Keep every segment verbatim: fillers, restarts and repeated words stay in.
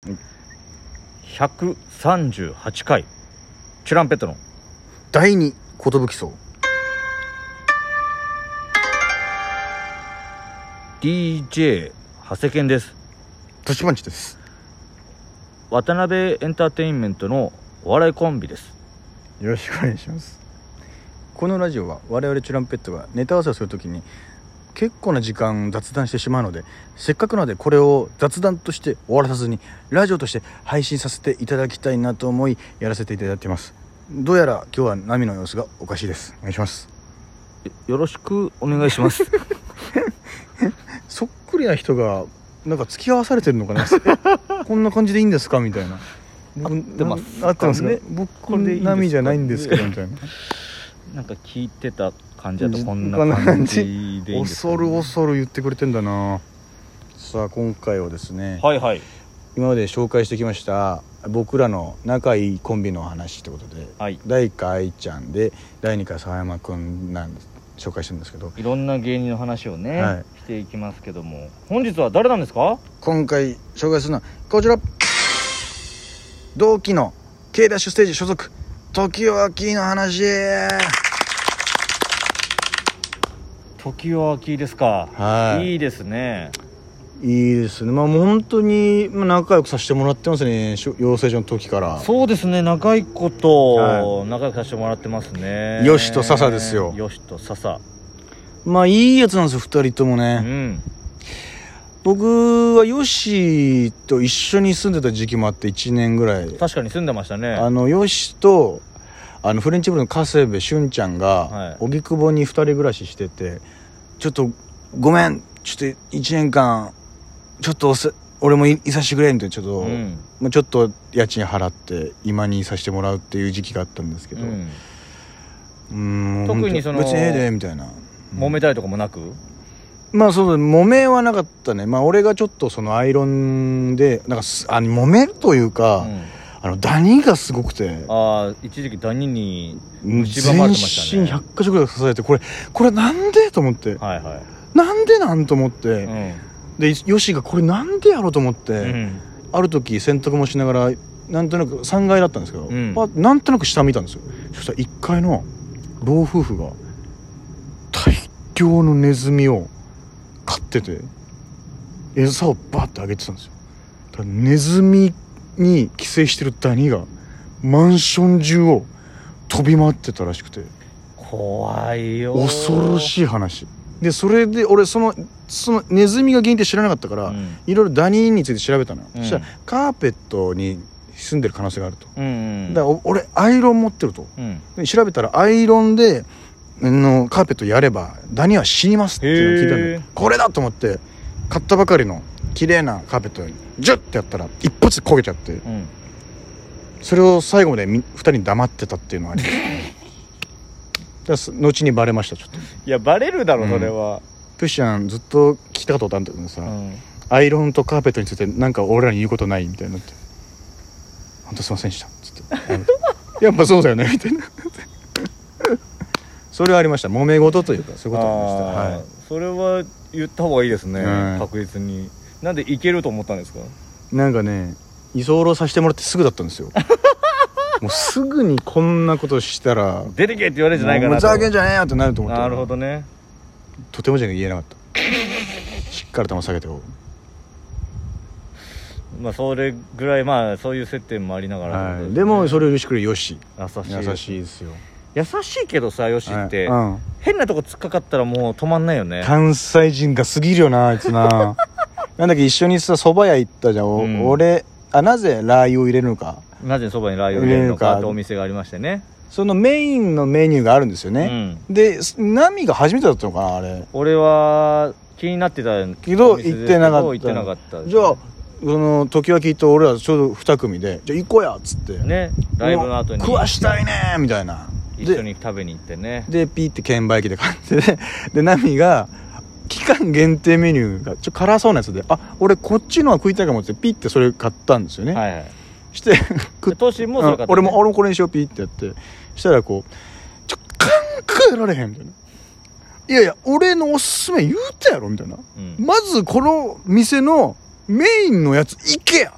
ひゃくさんじゅうはちかいチュランペットのだいに寿荘ディージェー 長谷健です。 トシパンチです。 渡辺エンターテインメントのお笑いコンビです。 よろしくお願いします。このラジオは我々チュランペットがネタ合わせをするときに結構な時間雑談してしまうので、せっかくなのでこれを雑談として終わらさずにラジオとして配信させていただきたいなと思いやらせていただいています。どうやら今日はナミの様子がおかしいです。お願いします。 よろしくお願いしますそっくりな人がなんか付き合わされてるのかなこんな感じでいいんですかみたいな。 合ってます合ってますか、 ね、 僕これでいいんですか、ナミじゃないんですけどみたいななんか聞いてた感じだとこんな感じでいいんですか、ね、 恐る恐る言ってくれてんだな。さあ今回はですね、 はいはい、 今まで紹介してきました僕らの仲いいコンビの話ってことで、 はい、 だいいっかい愛ちゃんでだいにかい澤山くんなんです紹介してるんですけど、 いろんな芸人の話をね、 はい、 していきますけども、本日は誰なんですか？ 今回紹介するのはこちら、同期の K ダッシュステージ所属時尾明の話。 時尾明ですか。はい、いいですね。 いいですね。まあもう本当に仲良くさせてもらってますね、養成所の時から。 そうですね、長いこと仲良くさせてもらってますね。 よしと笹ですよ。 よしと笹、 まあいいやつなんですよふたりともね、うん、僕はヨシと一緒に住んでた時期もあっていちねんぐらい。 確かに住んでましたね。 あのヨシとあのフレンチブルの加瀬部俊ちゃんが荻窪にふたり暮らししてて、ちょっとごめんちょっといちねんかんちょっと俺も い, いさしてくれみたいな、ちょっと、うん、まあ、ちょっと家賃払って今にいさせてもらうっていう時期があったんですけど、うん、うーん特にその別にええでみたいな、 揉めたりとかもなく、 まあそう揉めはなかったね。まあ俺がちょっとそのアイロンでなんかあ揉めるというか、うん、あのダニがすごくて、 ああ一時期ダニに蝕まれてましたね。 全身ひゃっかしょくらい刺されて、これこれなんでと思って、はいはい、なんでなんと思って、うん、でヨシがこれなんでやろうと思って、うん、ある時洗濯もしながらなんとなくさんがいだったんですけど、うん、パッなんとなく下見たんですよ。そしたらいっかいの老夫婦が大量のネズミを飼ってて餌をバーってあげてたんですよ。だからネズミに寄生してるダニがマンション中を飛び回ってたらしくて、 怖いよ、 恐ろしい話で、それで俺そのそのネズミが原因って知らなかったから、うん、いろいろダニについて調べたのよ、うん、そしたらカーペットに住んでる可能性があると、うんうん、だから俺アイロン持ってると、うん、で調べたらアイロンでのカーペットやればダニは死にますっていうのを聞いたんで、これだと思って買ったばかりの綺麗なカーペットにジュッてやったら一発で焦げちゃって、うん、それを最後までふたりに黙ってたっていうのがあります後にバレました。ちょっといやバレるだろ、うん、それは。 プッシャンずっと聞きたかったことあるんだけどさ、うん、アイロンとカーペットについてなんか俺らに言うことないみたいになって、本当すいませんでしたつってやっぱそうだよねみたいなそれはありました。揉め事というかそういうことありました、はい、それは言った方がいいですね、はい、確実に。なんでいけると思ったんですか？ なんかね居候させてもらってすぐだったんですよもうすぐにこんなことしたら出てけって言われるんじゃないかなと、 ふざけんじゃねえよってなると思って。 なるほどね。 とてもじゃ言えなかったしっかり頭下げてこうまあそれぐらいまあそういう接点もありながら、 はい、でもそれを許してくれるよし優しい優しいですよ。 優しいけどさよしって、 はい、うん、 変なとこ突っかかったらもう止まんないよね。 関西人が過ぎるよなあいつななんだっけ一緒にさ蕎麦屋行ったじゃん、うん、俺あなぜラー油を入れるのか、 なぜ蕎麦にラー油を入れるのかってお店がありましてね、 そのメインのメニューがあるんですよね、うん、でナミが初めてだったのかなあれ。 俺は気になってたけど行ってなかった。 行ってなかった。 じゃあその時はきっと俺らちょうどに組でじゃあ行こうやっつってね、ライブの後に食わしたいねみたいな、 一緒に食べに行ってね、 でピーって券売機で買ってででナミが期間限定メニューがちょっと辛そうなやつで、あ俺こっちのは食いたいかもってピーってそれ買ったんですよね、はいはい、してトシもそれ買った、ね、 俺も俺もこれにしようピーってやってしたらこうちょ考えられへんみたいな、いやいや俺のおすすめ言うたやろみたいな、うん、まずこの店のメインのやついけや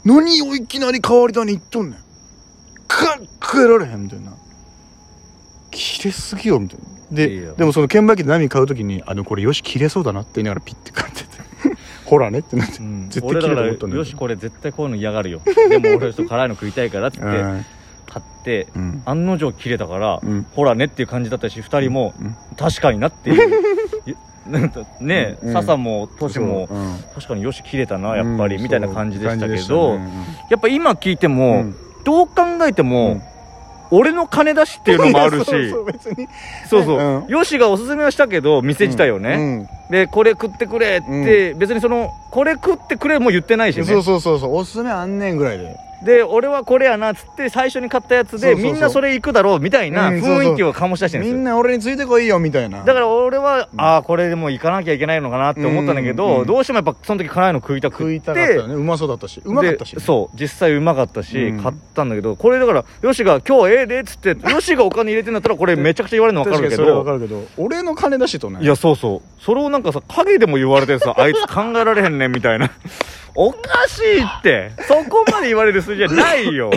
何をいきなり変わり種言っとんねんか変えられへんみたいな切れすぎよみたいなで、いいでもその券売機で波買うときにあのこれよし切れそうだなって言いながらピッて買っててほらねってなって、うん、絶対切れると思ったんだよ。 よしこれ絶対こういうの嫌がるよでも俺ちょっと辛いの食いたいからって言って買って、うん、案の定切れたから、うん、ほらねっていう感じだったしふたりも、うん、確かになっていうねえ、笹もトシも、うん、確かによし切れたなやっぱり、うん、みたいな感じでしたけど、ね、やっぱ今聞いても、うん、どう考えても、うん俺の金出しっていうのもあるしそうそう別にそうそう、うん、ヨシがおすすめはしたけど店自体をね、うんうん、でこれ食ってくれって、うん、別にそのこれ食ってくれも言ってないしねそうそうそうそうおすすめあんねんぐらいでで俺はこれやなっつって最初に買ったやつでそうそうそうみんなそれ行くだろうみたいな雰囲気を醸し出してるんですよ、 みんな俺についてこいよみたいなだから俺は、うん、ああこれでも行かなきゃいけないのかなって思ったんだけど、うんうん、どうしてもやっぱその時辛いの食いたくって食いたかったよねうまそうだったしうまかったし、ね、 そう実際うまかったし、うん、買ったんだけどこれだからヨシが今日ええでっつってヨシがお金入れてんだったらこれめちゃくちゃ言われるの分かるけど確かにそれは分かるけど俺の金出しとねいやそうそうそれをなんかさ影でも言われてさあいつ考えられへんねんみたいなおかしいってそこまで言われる数字じゃないよ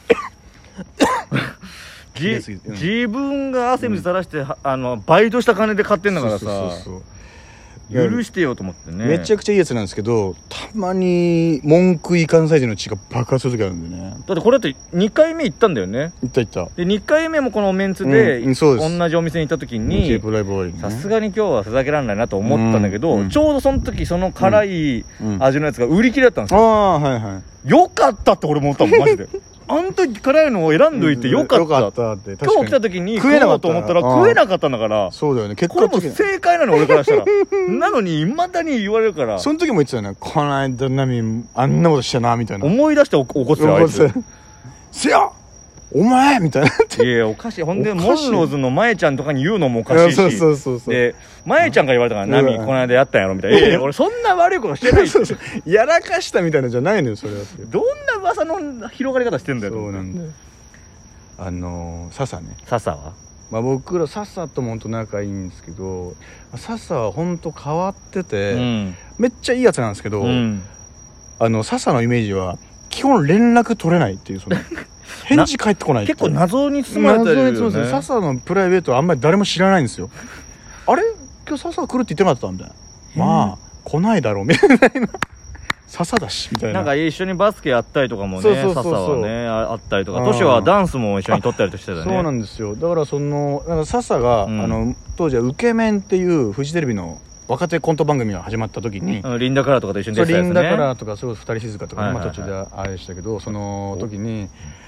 じ、うん、自分が汗水垂らして、うん、あのバイトした金で買ってんだからさそうそうそうそう許してよと思ってねめちゃくちゃいいやつなんですけどたまに文句い関西人の血が爆発する時あるんでねだってこれだってにかいめ行ったんだよね行った行ったでにかいめもこのメンツで、うん、同じお店に行った時にさすがに今日はふざけられないなと思ったんだけど、うん、ちょうどその時その辛い味のやつが売り切れだったんですよ、うん、ああはいはいよかったって俺も思ったもんマジであの時辛いのを選んどいてよかった、うん、よかったって今日来た時に食えなかったと思ったら食えなかったんだからそうだよね結果これも正解なの俺からしたらなのにいまだに言われるからその時も言ってたよねこの間波あんなことしたなみたいな思い出して怒ってたあいつせやお前みたいな。 いやおかしい。ほんでモンローズのまえちゃんとかに言うのもおかしいし。そうそうそうそう。でまえちゃんが言われたからナミこの間やったんやろみたいな。いやいや俺そんな悪いことしてない。そうそうやらかしたみたいなじゃないのよそれは。 どんな噂の広がり方してんだよ。 そうなんだよ。あの笹ね。 笹は。 まあ僕ら笹とも本当仲いいんですけど、笹は本当変わってて、うん、めっちゃいいやつなんですけど、うん、あの笹のイメージは基本連絡取れないっていうその。返事返ってこない結構謎に包まれてるよね。謎に包まれてる。 笹のプライベートはあんまり誰も知らないんですよ。あれ今日笹来るって言ってなかったんだよ。まあ来ないだろうみたいな。笹だしみたいな。 なんか一緒にバスケやったりとかもね。そうそうそうそう笹はねあったりとか。トシはダンスも一緒に撮ったりとしてたね。 そうなんですよ。だからそのなんか笹が、うん、あの当時はウケメンっていうフジテレビの若手コント番組が始まった時に、 うん、リンダカラーとかと一緒に出てたやつね。 リンダカラーとかすごい二人静かとか、はいはいはい、まあ途中であれでしたけどその時に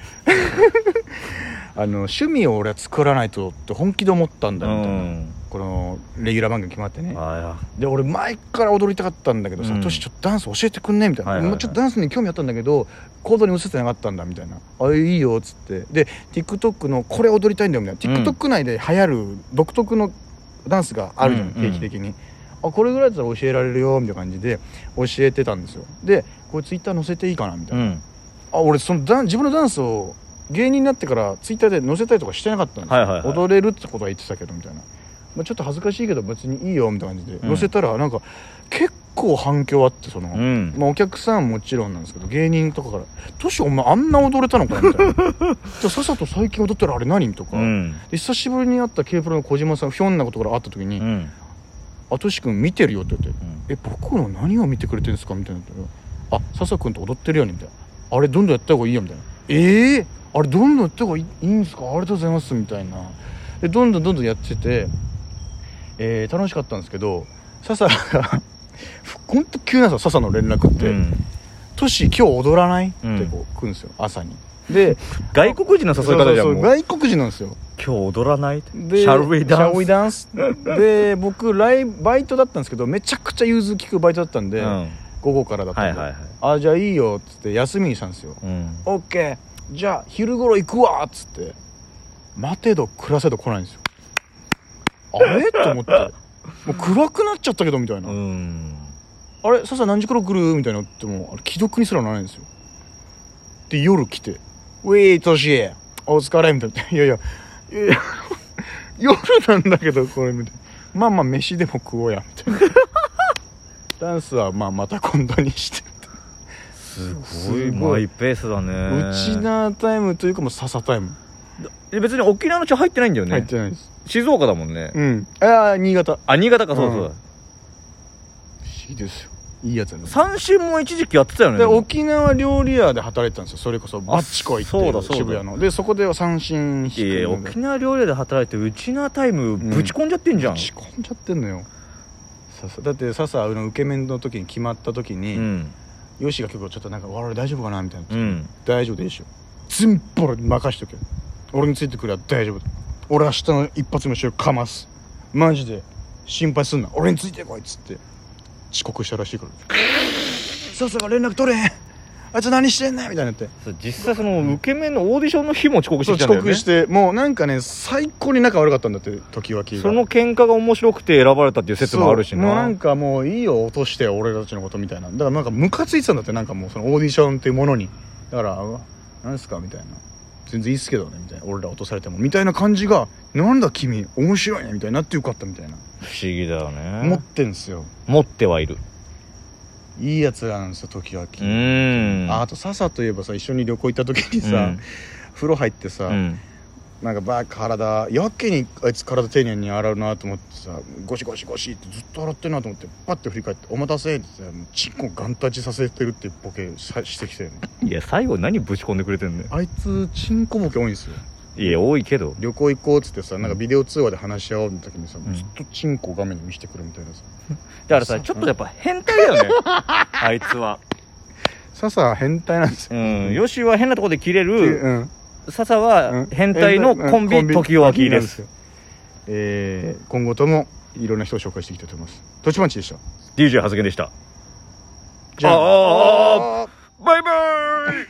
あの趣味を俺は作らないとって本気で思ったんだみたいな、うん、このレギュラー番組決まってね。で俺前から踊りたかったんだけどさ、うん、トシちょっとダンス教えてくんねみたいな、はいはいはい、ちょっとダンスに興味あったんだけど行動に移せてなかったんだみたいな。あいいよっつってで TikTok のこれ踊りたいんだよみたいな、うん、TikTok 内で流行る独特のダンスがあるじゃん、うん、定期的に。あこれぐらいだったら教えられるよみたいな感じで教えてたんですよ。でこれツイッター載せていいかなみたいな、うん、あ俺そのダン自分のダンスを芸人になってからツイッターで載せたりとかしてなかったんですよ、はいはいはい、踊れるってことは言ってたけどみたいな、まあ、ちょっと恥ずかしいけど別にいいよみたいな感じで、うん、載せたらなんか結構反響あってその、うんまあ、お客さんもちろんなんですけど芸人とかから「トシお前あんな踊れたのか?」みたいな「じゃあさっさと最近踊ったらあれ何?」とか、うん、で久しぶりに会った K プロの小島さんひょんなことから会った時に「うんあとしくん見てるよ」って言って「うん、え僕の何を見てくれてるんですか?」みたいな「あ笹くんと踊ってるよね」みたいな「あれどんどんやった方がいいよ」みたいな「ええー、あれどんどんやった方がいい、いいんですかありがとうございます」みたいなでどんどんどんどんやってて、えー、楽しかったんですけど笹がほんと急なんですよ笹の連絡って「トシ、うん、今日踊らない?」ってこう来るんですよ朝に。で外国人の誘い方じゃん。もう外国人なんですよ。 今日踊らないでシャルウィダンスシャルウィダンスで僕ライバイトだったんですけどめちゃくちゃ融通きくバイトだったんで、うん、午後からだったんで、はいはいはい、あじゃあいいよっつって休みにしたんですよ、うん、オッケーじゃあ昼頃行くわっつって待てど暮らせど来ないんですよ。あれと思ってもう暗くなっちゃったけどみたいな、うん、あれ笹何時頃来るみたいなってもあれ既読にすらならないんですよ。で夜来てウェイトシーお疲れみたいな。いやいやいやいや夜なんだけどこれみたいな。まあまあ飯でも食おうやみたいな。ダンスはまあまた今度にしてみたいな。 すごいマイペースだね。 ウチナータイムというかもう笹タイム。 別に沖縄の茶入ってないんだよね。 入ってないです。 静岡だもんね。 うん。ああ新潟。 あ新潟か、そうそう、うん、不思議ですよ。いいやつやね。 三振も一時期やってたよね。 で沖縄料理屋で働いてたんですよ。それこそバッチコ行ってそうだそうだ渋谷のでそこで三振引く。 いや沖縄料理屋で働いてウチナータイムぶち込んじゃってんじゃん、うん、ぶち込んじゃってんのよ。だって笹の受け面の時に決まった時に、うん、ヨシが結構ちょっとなんか我々大丈夫かなみたいな、うん、大丈夫でしょ全部俺任しとけ、俺についてくれば大丈夫だ、俺明日の一発目の試合かます、マジで心配すんな、俺についてこいっつって遅刻したらしいから笹が連絡取れへん、あいつ何してんねんみたいになって、 実際その受け面のオーディションの日も遅刻してきたんだよね。 遅刻してもうなんかね最高に仲悪かったんだって時はきがその喧嘩が面白くて選ばれたっていう説もあるしな。 もうなんかもういいよ落として俺たちのことみたいな、だからなんかムカついてたんだって、なんかもうそのオーディションっていうものに、だから何すかみたいな、全然いいっすけどねみたいな、俺ら落とされてもみたいな感じが、なんだ君面白いねみたいになってよかったみたいな、 不思議だよね。 持ってんすよ。 持ってはいる。 いいやつなんですよ時はき。うん、あ, あと笹といえばさ、一緒に旅行行った時にさ、うん、風呂入ってさ、うん、なんかバー体やけにあいつ体丁寧に洗うなと思ってさ、ゴシゴシゴシってずっと洗ってるなと思ってパッて振り返ってお待たせってさ、チンコガン立ちさせてるってボケしてきたよね。 いや最後何ぶち込んでくれてんねん。 あいつチンコボケ多いんですよ。 いや多いけど、 旅行行こうっつってさ、なんかビデオ通話で話し合おうの時にさ、うん、ずっとチンコを画面に見せてくるみたいなさ、 だからさちょっとやっぱ変態だよねあいつは。 笹は変態なんですよ。 うんヨシは変なところで切れる、うん、笹は変態のコンビ、うん、時をきです。 えー、今後ともいろんな人を紹介していきたいと思います。トチパンチでした。 ディージェー 発言でした。 じゃあ、あバイバイ